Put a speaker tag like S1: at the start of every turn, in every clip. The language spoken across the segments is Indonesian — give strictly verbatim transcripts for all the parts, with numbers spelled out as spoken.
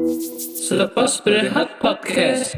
S1: Selepas Berehat Podcast.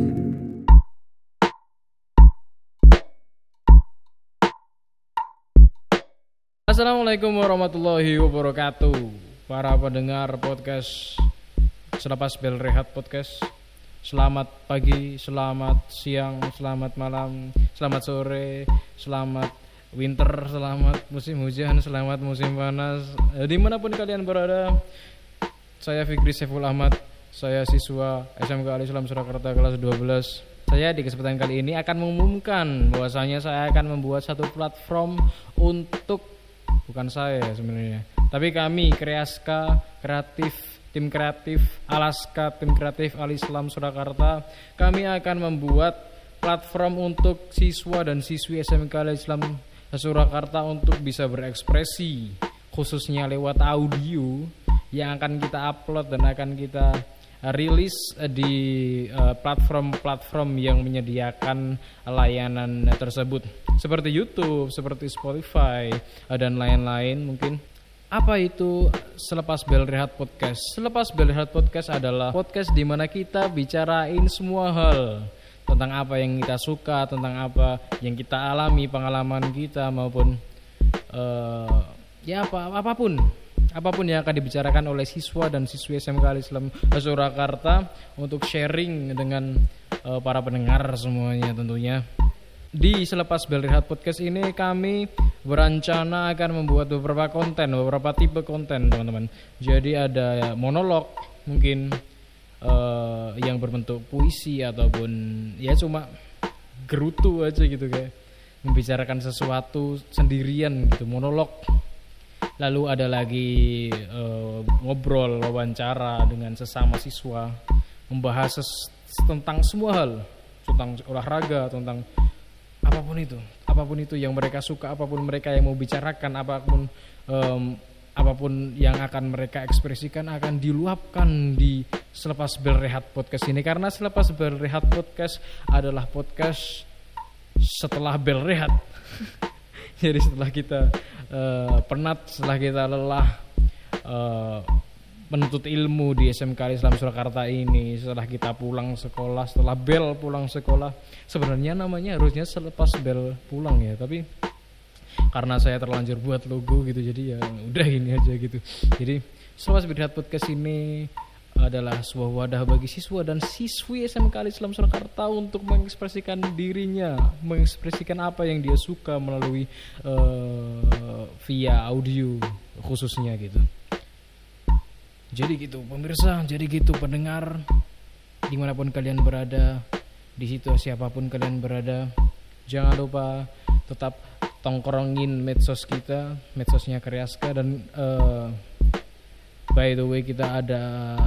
S2: Assalamualaikum warahmatullahi wabarakatuh. Para pendengar podcast Selepas Berehat Podcast, selamat pagi, selamat siang, selamat malam, selamat sore, selamat winter, selamat musim hujan, selamat musim panas, eh, dimanapun kalian berada. Saya Fikri Saiful Ahmad, saya siswa S M K Al-Islam Surakarta kelas dua belas. Saya di kesempatan kali ini akan mengumumkan bahwasanya saya akan membuat satu platform untuk, bukan saya sebenarnya, tapi kami Kreaska Kreatif, tim kreatif Alaska, tim kreatif Al-Islam Surakarta, kami akan membuat platform untuk siswa dan siswi S M K Al-Islam Surakarta untuk bisa berekspresi, khususnya lewat audio yang akan kita upload dan akan kita rilis di uh, platform-platform yang menyediakan layanan tersebut, seperti YouTube, seperti Spotify, uh, dan lain-lain mungkin. Apa itu Selepas Berehat Podcast? Selepas Berehat Podcast adalah podcast di mana kita bicarain semua hal tentang apa yang kita suka, tentang apa yang kita alami, pengalaman kita maupun uh, ya apa apapun. Apapun yang akan dibicarakan oleh siswa dan siswi S M K Al-Islam Surakarta untuk sharing dengan uh, para pendengar semuanya tentunya. Di Selepas Berehat Podcast ini kami berencana akan membuat beberapa konten, beberapa tipe konten teman-teman. Jadi ada monolog mungkin uh, yang berbentuk puisi ataupun ya cuma gerutu aja gitu, kayak membicarakan sesuatu sendirian gitu, monolog. Lalu ada lagi uh, ngobrol, wawancara dengan sesama siswa, membahas ses- tentang semua hal, tentang olahraga, tentang apapun itu, apapun itu yang mereka suka, apapun mereka yang mau bicarakan, apapun um, apapun yang akan mereka ekspresikan akan diluapkan di Selepas Berehat Podcast ini. Karena Selepas Berehat Podcast adalah podcast setelah berehat. Jadi setelah kita uh, penat, setelah kita lelah uh, menuntut ilmu di S M K Al-Islam Surakarta ini, setelah kita pulang sekolah, setelah bel pulang sekolah, sebenarnya namanya harusnya selepas bel pulang ya, tapi karena saya terlanjur buat logo gitu, jadi ya udah ini aja gitu. Jadi Selepas Berehat Podcast ini adalah sebuah wadah bagi siswa dan siswi S M K Al-Islam Surakarta untuk mengekspresikan dirinya, mengekspresikan apa yang dia suka melalui uh, via audio khususnya gitu. Jadi gitu pemirsa, jadi gitu pendengar, dimanapun kalian berada, di situ siapapun kalian berada, jangan lupa tetap tongkrongin medsos kita, medsosnya Kreaska, dan uh, by the way kita ada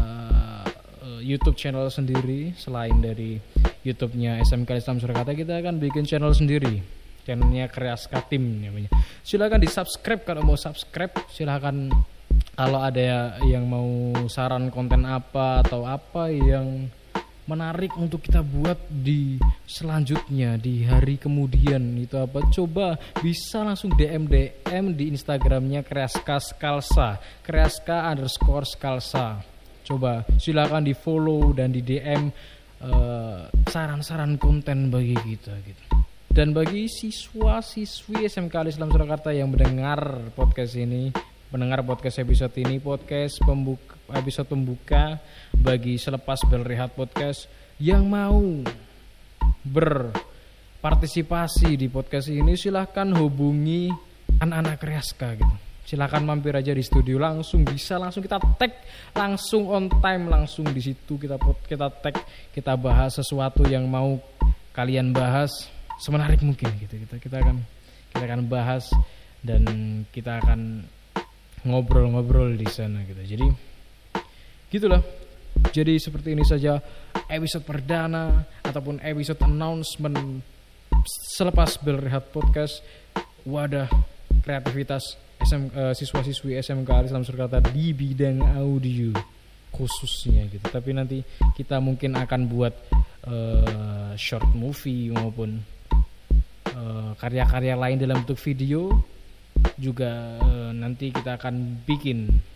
S2: uh, YouTube channel sendiri. Selain dari YouTube-nya S M K Al-Islam Surakarta, kita akan bikin channel sendiri, channelnya Kreaska Tim namanya. Silakan di subscribe kalau mau subscribe, silakan. Kalau ada yang mau saran konten apa atau apa yang menarik untuk kita buat di selanjutnya, di hari kemudian itu apa, coba bisa langsung D M D M di Instagramnya Kreaska Skalsa, Kreaska underscore Skalsa. Coba silakan di follow dan di D M uh, saran-saran konten bagi kita gitu. Dan bagi siswa-siswi S M K Al-Islam Surakarta yang mendengar podcast ini, mendengar podcast episode ini, podcast pembuka, episode pembuka bagi Selepas Berehat Podcast, yang mau berpartisipasi di podcast ini, silahkan hubungi anak-anak Kreaska gitu. Silahkan mampir aja di studio, langsung bisa, langsung kita tag, langsung on time, langsung di situ kita kita tag, kita bahas sesuatu yang mau kalian bahas semenarik mungkin gitu. Kita kita akan kita akan bahas dan kita akan ngobrol-ngobrol di sana gitu. Jadi gitulah. Jadi seperti ini saja episode perdana ataupun episode announcement Selepas Berehat Podcast, wadah kreativitas S M, uh, siswa-siswi S M K Al-Islam Surakarta di bidang audio khususnya gitu. Tapi nanti kita mungkin akan buat uh, short movie maupun uh, karya-karya lain dalam bentuk video juga. uh, nanti kita akan bikin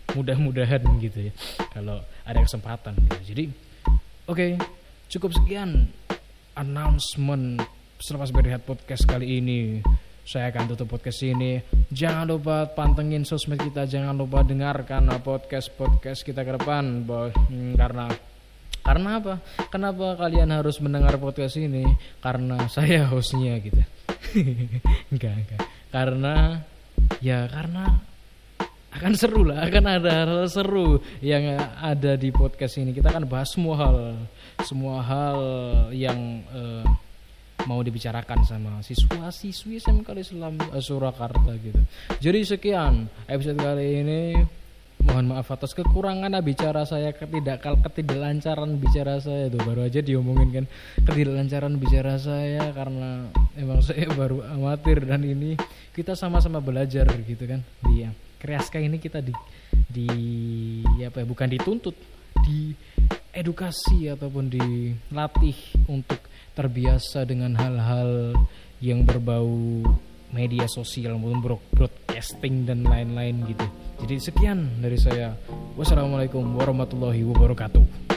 S2: mudah-mudahan gitu ya kalau ada kesempatan gitu. Jadi oke, okay, cukup sekian announcement Selepas Berehat Podcast kali ini. Saya akan tutup podcast ini. Jangan lupa pantengin sosmed kita, jangan lupa dengarkan podcast-podcast kita ke depan, boy. Hmm, karena karena apa? Kenapa kalian harus mendengar podcast ini? Karena saya hostnya gitu. enggak, enggak. Karena ya karena akan seru lah, akan ada hal seru yang ada di podcast ini. Kita akan bahas semua hal, semua hal yang uh, mau dibicarakan sama siswa-siswi S M K Islam Surakarta gitu. Jadi sekian episode kali ini. Mohon maaf atas kekurangan bicara saya, ketidak ketidaklancaran bicara saya tuh baru aja diomongin kan ketidaklancaran bicara saya karena emang saya baru amatir dan ini kita sama-sama belajar gitu kan. Di Kreaska ini kita di di apa ya, bukan dituntut, di edukasi ataupun dilatih untuk terbiasa dengan hal-hal yang berbau media sosial maupun broadcasting dan lain-lain gitu. Jadi sekian dari saya. Wassalamualaikum warahmatullahi wabarakatuh.